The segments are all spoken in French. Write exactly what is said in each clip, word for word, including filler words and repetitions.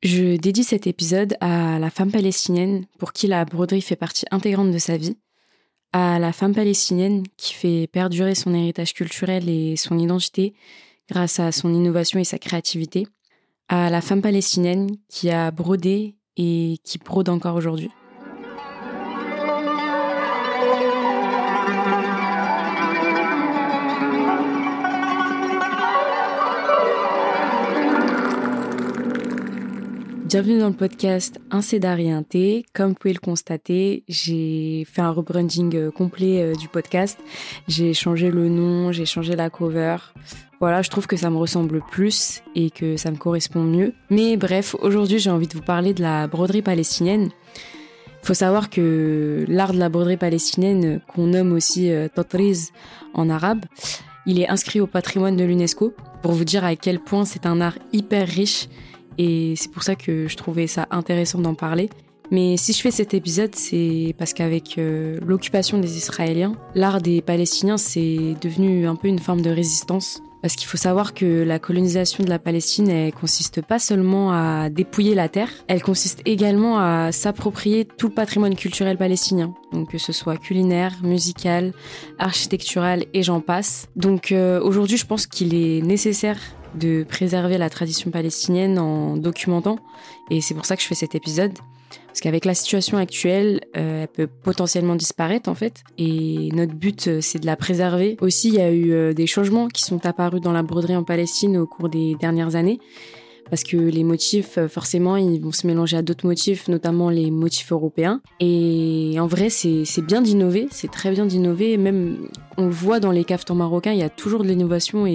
Je dédie cet épisode à la femme palestinienne pour qui la broderie fait partie intégrante de sa vie, à la femme palestinienne qui fait perdurer son héritage culturel et son identité grâce à son innovation et sa créativité, à la femme palestinienne qui a brodé et qui brode encore aujourd'hui. Bienvenue dans le podcast Un Cédar et un thé. Comme vous pouvez le constater, j'ai fait un rebranding complet du podcast. J'ai changé le nom, j'ai changé la cover. Voilà, je trouve que ça me ressemble plus et que ça me correspond mieux. Mais bref, aujourd'hui, j'ai envie de vous parler de la broderie palestinienne. Il faut savoir que l'art de la broderie palestinienne, qu'on nomme aussi euh, tatriz en arabe, il est inscrit au patrimoine de l'UNESCO pour vous dire à quel point c'est un art hyper riche. Et c'est pour ça que je trouvais ça intéressant d'en parler. Mais si je fais cet épisode, c'est parce qu'avec euh, l'occupation des Israéliens, l'art des Palestiniens, c'est devenu un peu une forme de résistance. Parce qu'il faut savoir que la colonisation de la Palestine, elle consiste pas seulement à dépouiller la terre, elle consiste également à s'approprier tout le patrimoine culturel palestinien. Donc que ce soit culinaire, musical, architectural et j'en passe. Donc euh, aujourd'hui, je pense qu'il est nécessaire de préserver la tradition palestinienne en documentant. Et c'est pour ça que je fais cet épisode. Parce qu'avec la situation actuelle, euh, elle peut potentiellement disparaître en fait. Et notre but, c'est de la préserver. Aussi, il y a eu euh, des changements qui sont apparus dans la broderie en Palestine au cours des dernières années. Parce que les motifs, forcément, ils vont se mélanger à d'autres motifs, notamment les motifs européens. Et en vrai, c'est, c'est bien d'innover, c'est très bien d'innover. Même, on le voit dans les cafetans marocains, il y a toujours de l'innovation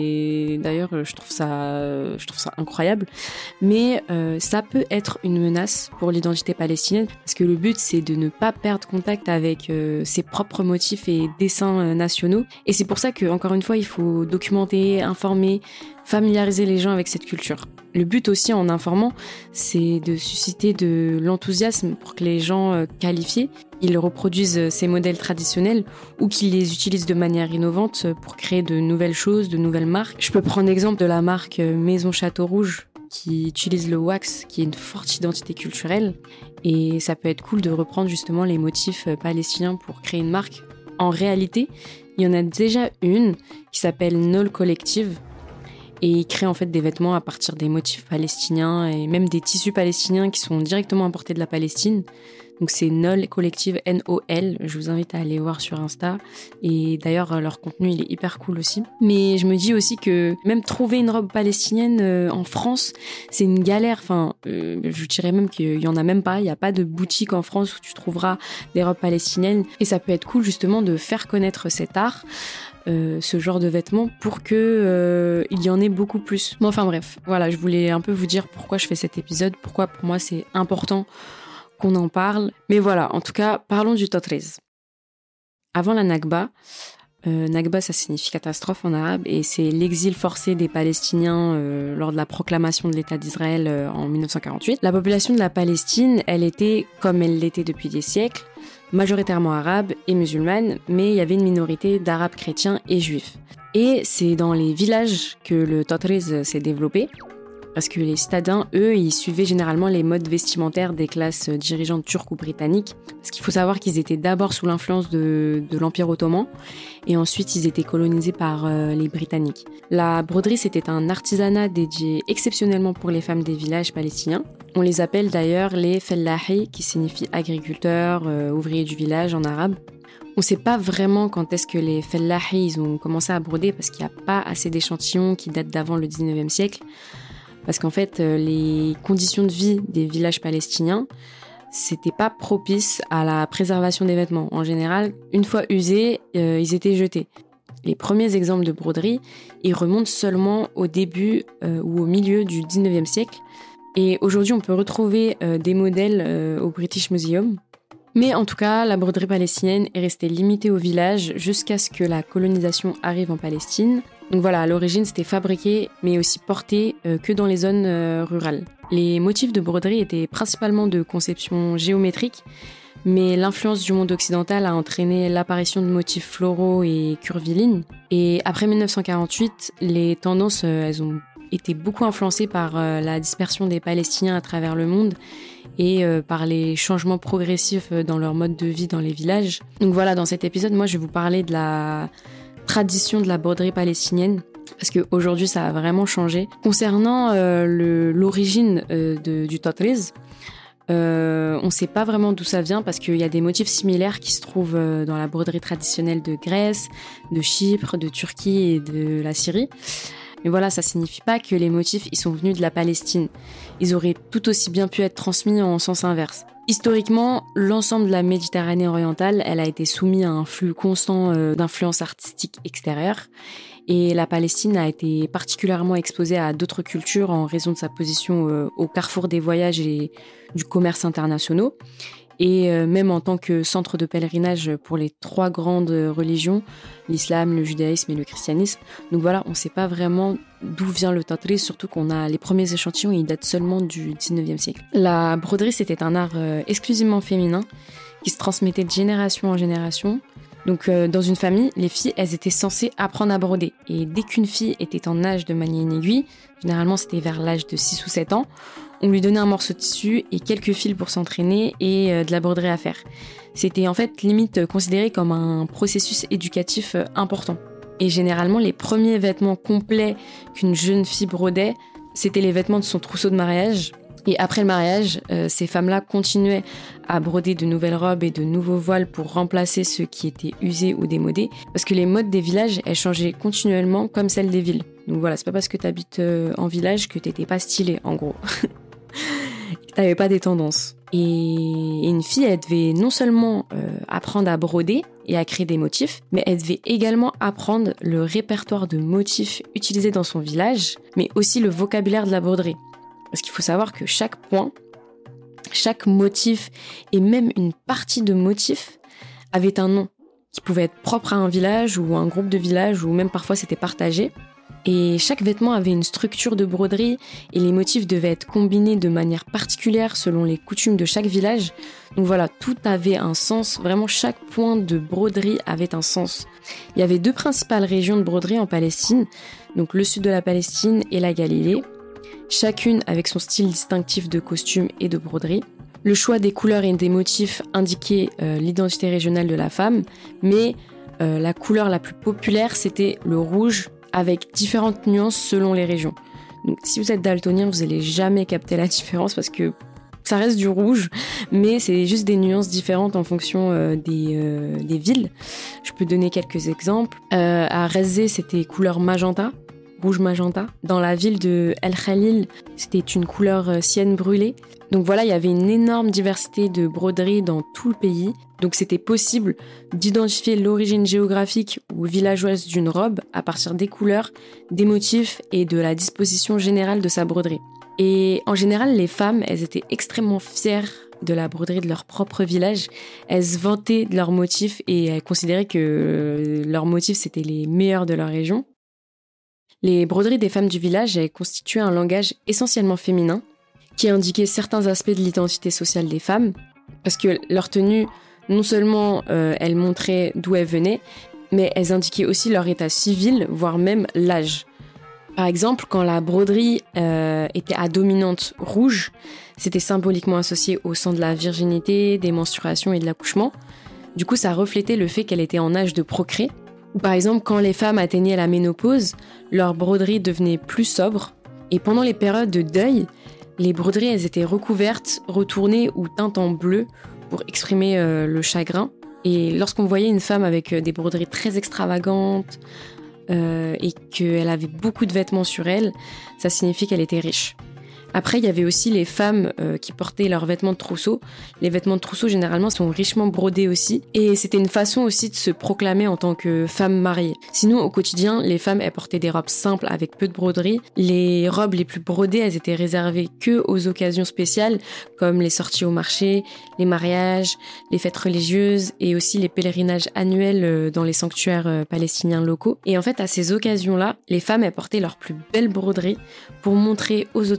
et d'ailleurs, je trouve ça, je trouve ça incroyable. Mais euh, ça peut être une menace pour l'identité palestinienne parce que le but, c'est de ne pas perdre contact avec euh, ses propres motifs et dessins euh, nationaux. Et c'est pour ça que, encore une fois, il faut documenter, informer, familiariser les gens avec cette culture. Le but aussi en informant, c'est de susciter de l'enthousiasme pour que les gens euh, qualifiés, ils reproduisent ces modèles traditionnels ou qu'ils les utilisent de manière innovante pour créer de nouvelles choses, de nouvelles marques. Je peux prendre l'exemple de la marque Maison Château Rouge qui utilise le wax, qui est une forte identité culturelle. Et ça peut être cool de reprendre justement les motifs palestiniens pour créer une marque. En réalité, il y en a déjà une qui s'appelle Nol Collective. Et ils créent en fait des vêtements à partir des motifs palestiniens et même des tissus palestiniens qui sont directement importés de la Palestine. Donc c'est Nol Collective, N O L. Je vous invite à aller voir sur Insta. Et d'ailleurs, leur contenu, il est hyper cool aussi. Mais je me dis aussi que même trouver une robe palestinienne euh, en France, c'est une galère. Enfin, euh, je dirais même qu'il y en a même pas. Il n'y a pas de boutique en France où tu trouveras des robes palestiniennes. Et ça peut être cool justement de faire connaître cet art. Euh, ce genre de vêtements pour que euh, il y en ait beaucoup plus. Bon, enfin bref, voilà, je voulais un peu vous dire pourquoi je fais cet épisode, pourquoi pour moi c'est important qu'on en parle. Mais voilà, en tout cas, parlons du tatriz. Avant la Nakba, euh, Nakba ça signifie catastrophe en arabe et c'est l'exil forcé des Palestiniens euh, lors de la proclamation de l'État d'Israël euh, en dix-neuf cent quarante-huit. La population de la Palestine, elle était, comme elle l'était depuis des siècles, majoritairement arabes et musulmanes, mais il y avait une minorité d'arabes chrétiens et juifs. Et c'est dans les villages que le tatriz s'est développé, parce que les citadins, eux, ils suivaient généralement les modes vestimentaires des classes dirigeantes turques ou britanniques, parce qu'il faut savoir qu'ils étaient d'abord sous l'influence de, de l'Empire ottoman, et ensuite ils étaient colonisés par euh, les Britanniques. La broderie, c'était un artisanat dédié exceptionnellement pour les femmes des villages palestiniens. On les appelle d'ailleurs les fellahi, qui signifie agriculteurs, euh, ouvriers du village en arabe. On ne sait pas vraiment quand est-ce que les fellahi ils ont commencé à broder, parce qu'il n'y a pas assez d'échantillons qui datent d'avant le dix-neuvième siècle. Parce qu'en fait, les conditions de vie des villages palestiniens, c'était pas propice à la préservation des vêtements. En général, une fois usés, euh, ils étaient jetés. Les premiers exemples de broderie, ils remontent seulement au début euh, ou au milieu du dix-neuvième siècle. Et aujourd'hui, on peut retrouver euh, des modèles euh, au British Museum. Mais en tout cas, la broderie palestinienne est restée limitée au village jusqu'à ce que la colonisation arrive en Palestine. Donc voilà, à l'origine, c'était fabriqué, mais aussi porté euh, que dans les zones euh, rurales. Les motifs de broderie étaient principalement de conception géométrique, mais l'influence du monde occidental a entraîné l'apparition de motifs floraux et curvilignes. Et après dix-neuf cent quarante-huit, les tendances, euh, elles ont été beaucoup influencée par euh, la dispersion des Palestiniens à travers le monde et euh, par les changements progressifs dans leur mode de vie dans les villages. Donc voilà, dans cet épisode, moi, je vais vous parler de la tradition de la broderie palestinienne, parce qu'aujourd'hui, ça a vraiment changé. Concernant euh, le, l'origine euh, de, du tatriz, euh, on ne sait pas vraiment d'où ça vient, parce qu'il y a des motifs similaires qui se trouvent euh, dans la broderie traditionnelle de Grèce, de Chypre, de Turquie et de la Syrie. Mais voilà, ça signifie pas que les motifs ils sont venus de la Palestine. Ils auraient tout aussi bien pu être transmis en sens inverse. Historiquement, l'ensemble de la Méditerranée orientale, elle a été soumise à un flux constant euh, d'influences artistiques extérieures. Et la Palestine a été particulièrement exposée à d'autres cultures en raison de sa position euh, au carrefour des voyages et du commerce internationaux. Et euh, même en tant que centre de pèlerinage pour les trois grandes religions, l'islam, le judaïsme et le christianisme. Donc voilà, on ne sait pas vraiment d'où vient le tatriz, surtout qu'on a les premiers échantillons, ils datent seulement du dix-neuvième siècle. La broderie, c'était un art euh, exclusivement féminin qui se transmettait de génération en génération. Donc euh, dans une famille, les filles, elles étaient censées apprendre à broder. Et dès qu'une fille était en âge de manier une aiguille, généralement c'était vers l'âge de six ou sept ans, on lui donnait un morceau de tissu et quelques fils pour s'entraîner et euh, de la broderie à faire. C'était en fait limite considéré comme un processus éducatif euh, important. Et généralement, les premiers vêtements complets qu'une jeune fille brodait, c'était les vêtements de son trousseau de mariage. Et après le mariage, euh, ces femmes-là continuaient à broder de nouvelles robes et de nouveaux voiles pour remplacer ceux qui étaient usés ou démodés. Parce que les modes des villages, elles changeaient continuellement comme celles des villes. Donc voilà, c'est pas parce que t'habites euh, en village que t'étais pas stylée, en gros. T'avais pas des tendances. Et une fille, elle devait non seulement euh, apprendre à broder et à créer des motifs, mais elle devait également apprendre le répertoire de motifs utilisés dans son village, mais aussi le vocabulaire de la broderie. Parce qu'il faut savoir que chaque point, chaque motif et même une partie de motif avait un nom qui pouvait être propre à un village ou à un groupe de villages, ou même parfois c'était partagé. Et chaque vêtement avait une structure de broderie et les motifs devaient être combinés de manière particulière selon les coutumes de chaque village. Donc voilà, tout avait un sens, vraiment chaque point de broderie avait un sens. Il y avait deux principales régions de broderie en Palestine, donc le sud de la Palestine et la Galilée, chacune avec son style distinctif de costume et de broderie. Le choix des couleurs et des motifs indiquait euh, l'identité régionale de la femme, mais euh, la couleur la plus populaire c'était le rouge, avec différentes nuances selon les régions. Donc si vous êtes daltonien, vous n'allez jamais capter la différence parce que ça reste du rouge, mais c'est juste des nuances différentes en fonction euh, des, euh, des villes. Je peux donner quelques exemples. Euh, à Rezé, c'était couleur magenta, rouge magenta. Dans la ville de El Khalil, c'était une couleur euh, sienne brûlée. Donc voilà, il y avait une énorme diversité de broderies dans tout le pays. Donc c'était possible d'identifier l'origine géographique ou villageoise d'une robe à partir des couleurs, des motifs et de la disposition générale de sa broderie. Et en général, les femmes, elles étaient extrêmement fières de la broderie de leur propre village. Elles se vantaient de leurs motifs et elles considéraient que leurs motifs, c'était les meilleurs de leur région. Les broderies des femmes du village, elles constituaient un langage essentiellement féminin qui indiquait certains aspects de l'identité sociale des femmes, parce que leur tenue, non seulement euh, elles montraient d'où elles venaient, mais elles indiquaient aussi leur état civil, voire même l'âge. Par exemple, quand la broderie euh, était à dominante rouge, c'était symboliquement associé au sang de la virginité, des menstruations et de l'accouchement. Du coup, ça reflétait le fait qu'elle était en âge de procréer. Ou par exemple, quand les femmes atteignaient la ménopause, leur broderie devenait plus sobre. Et pendant les périodes de deuil, les broderies, elles étaient recouvertes, retournées ou teintes en bleu pour exprimer euh, le chagrin. Et lorsqu'on voyait une femme avec des broderies très extravagantes euh, et qu'elle avait beaucoup de vêtements sur elle, ça signifie qu'elle était riche. Après, il y avait aussi les femmes euh, qui portaient leurs vêtements de trousseau. Les vêtements de trousseau, généralement, sont richement brodés aussi. Et c'était une façon aussi de se proclamer en tant que femme mariée. Sinon, au quotidien, les femmes, elles portaient des robes simples avec peu de broderie. Les robes les plus brodées, elles étaient réservées que aux occasions spéciales, comme les sorties au marché, les mariages, les fêtes religieuses et aussi les pèlerinages annuels dans les sanctuaires palestiniens locaux. Et en fait, à ces occasions-là, les femmes, elles portaient leurs plus belles broderies pour montrer aux autres femmes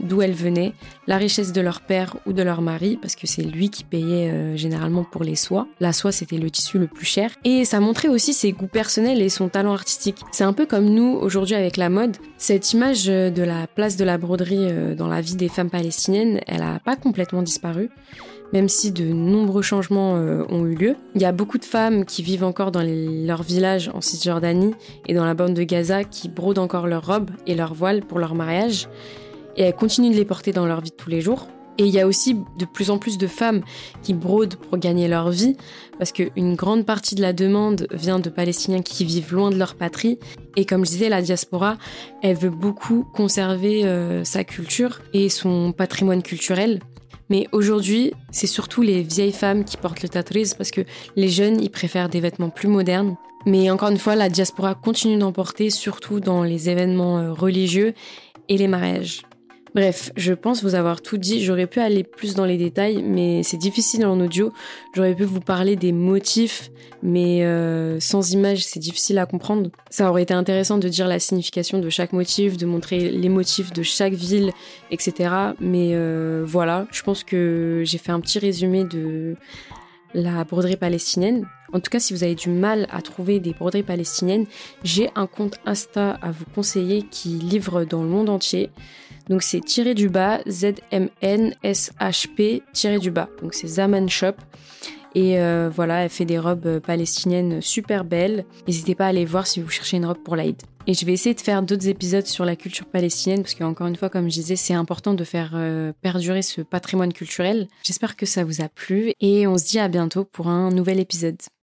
d'où elles venaient, la richesse de leur père ou de leur mari, parce que c'est lui qui payait euh, généralement pour les soies. La soie, c'était le tissu le plus cher. Et ça montrait aussi ses goûts personnels et son talent artistique. C'est un peu comme nous, aujourd'hui, avec la mode. Cette image de la place de la broderie euh, dans la vie des femmes palestiniennes, elle n'a pas complètement disparu. Même si de nombreux changements euh, ont eu lieu. Il y a beaucoup de femmes qui vivent encore dans les, leurs villages en Cisjordanie et dans la bande de Gaza qui brodent encore leurs robes et leurs voiles pour leur mariage. Et elles continuent de les porter dans leur vie de tous les jours. Et il y a aussi de plus en plus de femmes qui brodent pour gagner leur vie, parce qu'une grande partie de la demande vient de Palestiniens qui vivent loin de leur patrie. Et comme je disais, la diaspora, elle veut beaucoup conserver euh, sa culture et son patrimoine culturel. Mais aujourd'hui, c'est surtout les vieilles femmes qui portent le tatriz parce que les jeunes, ils préfèrent des vêtements plus modernes. Mais encore une fois, la diaspora continue d'en porter, surtout dans les événements religieux et les mariages. Bref, je pense vous avoir tout dit. J'aurais pu aller plus dans les détails, mais c'est difficile en audio. J'aurais pu vous parler des motifs, mais euh, sans images, c'est difficile à comprendre. Ça aurait été intéressant de dire la signification de chaque motif, de montrer les motifs de chaque ville, et cetera. Mais euh, voilà, je pense que j'ai fait un petit résumé de la broderie palestinienne. En tout cas, si vous avez du mal à trouver des broderies palestiniennes, j'ai un compte Insta à vous conseiller qui livre dans le monde entier. Donc c'est tiré du bas, Z M N S H P tiré du bas. Donc c'est Zaman Shop. Et euh, voilà, elle fait des robes palestiniennes super belles. N'hésitez pas à aller voir si vous cherchez une robe pour l'Aïd. Et je vais essayer de faire d'autres épisodes sur la culture palestinienne parce qu'encore une fois, comme je disais, c'est important de faire euh, perdurer ce patrimoine culturel. J'espère que ça vous a plu et on se dit à bientôt pour un nouvel épisode.